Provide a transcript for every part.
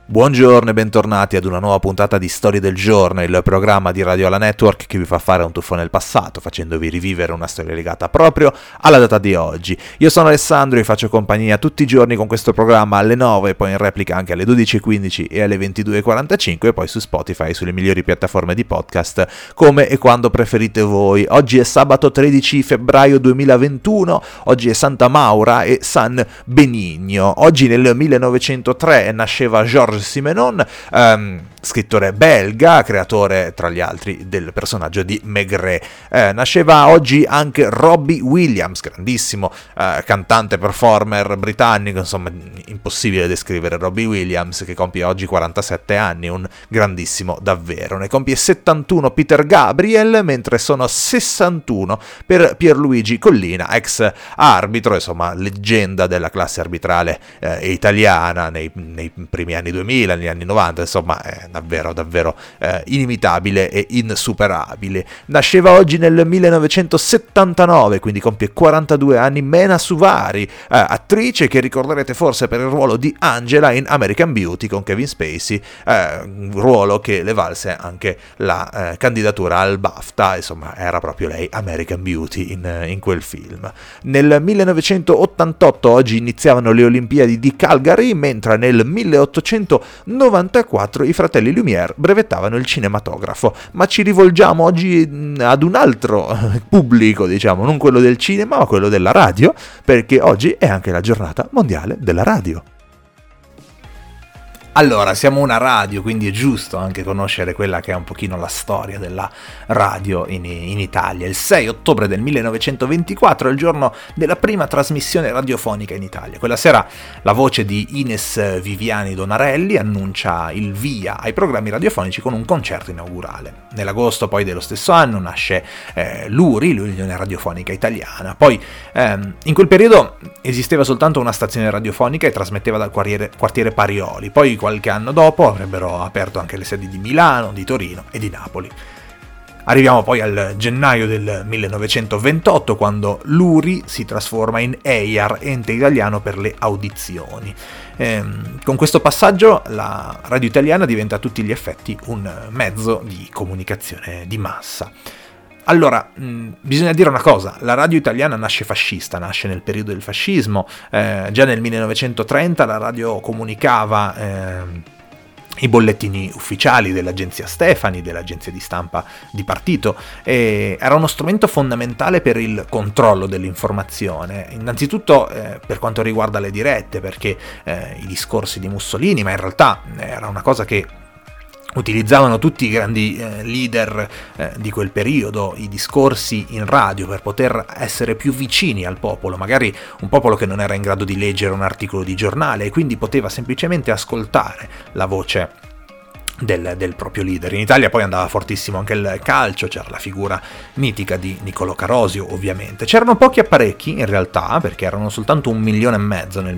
Buongiorno e bentornati ad una nuova puntata di Storie del Giorno, il programma di Radio Alla Network che vi fa fare un tuffo nel passato, facendovi rivivere una storia legata proprio alla data di oggi. Io sono Alessandro e vi faccio compagnia tutti i giorni con questo programma alle 9, poi in replica anche alle 12.15 e alle 22.45 e poi su Spotify e sulle migliori piattaforme di podcast come e quando preferite voi. Oggi è sabato 13 febbraio 2021, oggi è Santa Maura e San Benigno. Oggi nel 1903 nasceva Georges Simenon, scrittore belga, creatore tra gli altri del personaggio di Maigret. Nasceva oggi anche Robbie Williams, grandissimo cantante, performer britannico, insomma impossibile descrivere Robbie Williams, che compie oggi 47 anni, un grandissimo davvero. Ne compie 71 Peter Gabriel, mentre sono 61 per Pierluigi Collina, ex arbitro, insomma leggenda della classe arbitrale italiana nei primi anni 2000, negli anni 90, insomma è davvero inimitabile e insuperabile. Nasceva oggi nel 1979, quindi compie 42 anni, Mena Suvari, attrice che ricorderete forse per il ruolo di Angela in American Beauty con Kevin Spacey, un ruolo che le valse anche la candidatura al BAFTA, insomma era proprio lei American Beauty in quel film. Nel 1988 oggi iniziavano le Olimpiadi di Calgary, mentre nel 1894 i fratelli Lumière brevettavano il cinematografo, ma ci rivolgiamo oggi ad un altro pubblico, diciamo, non quello del cinema ma quello della radio, perché oggi è anche la giornata mondiale della radio. Allora, siamo una radio, quindi è giusto anche conoscere quella che è un pochino la storia della radio in Italia. Il 6 ottobre del 1924 è il giorno della prima trasmissione radiofonica in Italia. Quella sera la voce di Ines Viviani Donarelli annuncia il via ai programmi radiofonici con un concerto inaugurale. Nell'agosto poi dello stesso anno nasce l'URI, l'Unione Radiofonica Italiana. Poi in quel periodo esisteva soltanto una stazione radiofonica e trasmetteva dal quartiere Parioli. Poi qualche anno dopo avrebbero aperto anche le sedi di Milano, di Torino e di Napoli. Arriviamo poi al gennaio del 1928, quando l'URI si trasforma in EIAR, Ente Italiano per le Audizioni. Con questo passaggio la radio italiana diventa a tutti gli effetti un mezzo di comunicazione di massa. Allora, bisogna dire una cosa, la radio italiana nasce fascista, nasce nel periodo del fascismo, già nel 1930 la radio comunicava i bollettini ufficiali dell'agenzia Stefani, dell'agenzia di stampa di partito, e era uno strumento fondamentale per il controllo dell'informazione, innanzitutto per quanto riguarda le dirette, perché i discorsi di Mussolini, ma in realtà era una cosa che utilizzavano tutti i grandi leader di quel periodo, i discorsi in radio, per poter essere più vicini al popolo, magari un popolo che non era in grado di leggere un articolo di giornale e quindi poteva semplicemente ascoltare la voce del proprio leader. In Italia poi andava fortissimo anche il calcio, c'era la figura mitica di Niccolò Carosio, ovviamente. C'erano pochi apparecchi in realtà, perché erano soltanto 1,5 milioni nel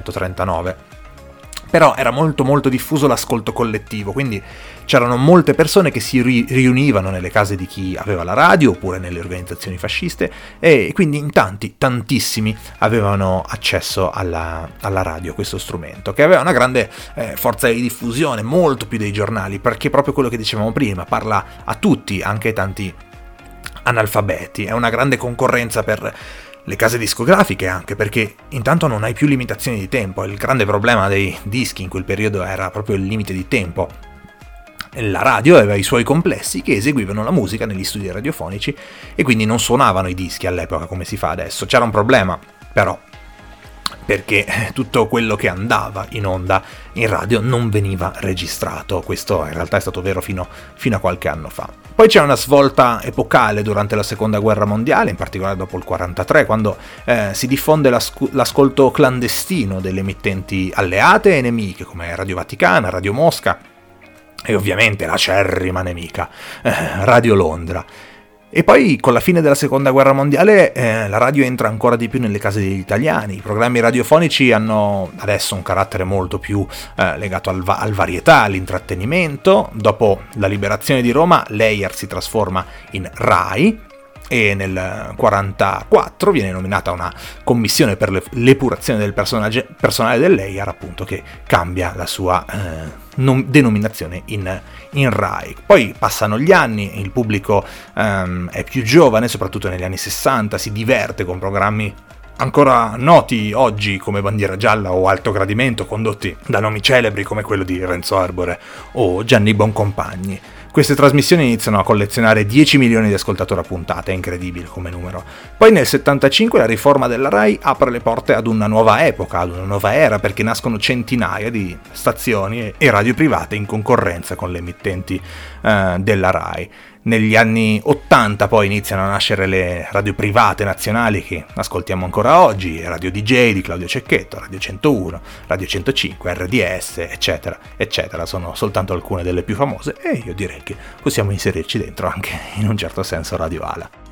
1939, però era molto diffuso l'ascolto collettivo, quindi c'erano molte persone che si riunivano nelle case di chi aveva la radio oppure nelle organizzazioni fasciste, e quindi in tantissimi avevano accesso alla radio, questo strumento che aveva una grande forza di diffusione, molto più dei giornali, perché proprio quello che dicevamo prima, parla a tutti, anche tanti analfabeti. È una grande concorrenza per le case discografiche, anche perché intanto non hai più limitazioni di tempo. Il grande problema dei dischi in quel periodo era proprio il limite di tempo. La radio aveva i suoi complessi che eseguivano la musica negli studi radiofonici e quindi non suonavano i dischi all'epoca come si fa adesso. C'era un problema però, perché tutto quello che andava in onda in radio non veniva registrato. Questo in realtà è stato vero fino a qualche anno fa. Poi c'è una svolta epocale durante la seconda guerra mondiale, in particolare dopo il 1943, quando si diffonde l'ascolto clandestino delle emittenti alleate e nemiche come Radio Vaticana, Radio Mosca e ovviamente l'acerrima nemica Radio Londra. E poi con la fine della seconda guerra mondiale la radio entra ancora di più nelle case degli italiani. I programmi radiofonici hanno adesso un carattere molto più legato al varietà, all'intrattenimento. Dopo la liberazione di Roma, l'EIAR si trasforma in RAI e nel 1944 viene nominata una commissione per l'epurazione del personale dell'EIAR, appunto, che cambia la sua denominazione in RAI. Poi passano gli anni, il pubblico è più giovane, soprattutto negli anni 60, si diverte con programmi ancora noti oggi come Bandiera Gialla o Alto Gradimento, condotti da nomi celebri come quello di Renzo Arbore o Gianni Boncompagni. Queste trasmissioni iniziano a collezionare 10 milioni di ascoltatori a puntata, è incredibile come numero. Poi nel 75 la riforma della RAI apre le porte ad una nuova epoca, ad una nuova era, perché nascono centinaia di stazioni e radio private in concorrenza con le emittenti della RAI. Negli anni 80 poi iniziano a nascere le radio private nazionali che ascoltiamo ancora oggi, Radio DJ di Claudio Cecchetto, Radio 101, Radio 105, RDS, eccetera, eccetera. Sono soltanto alcune delle più famose e io direi che possiamo inserirci dentro anche in un certo senso Radio Ala.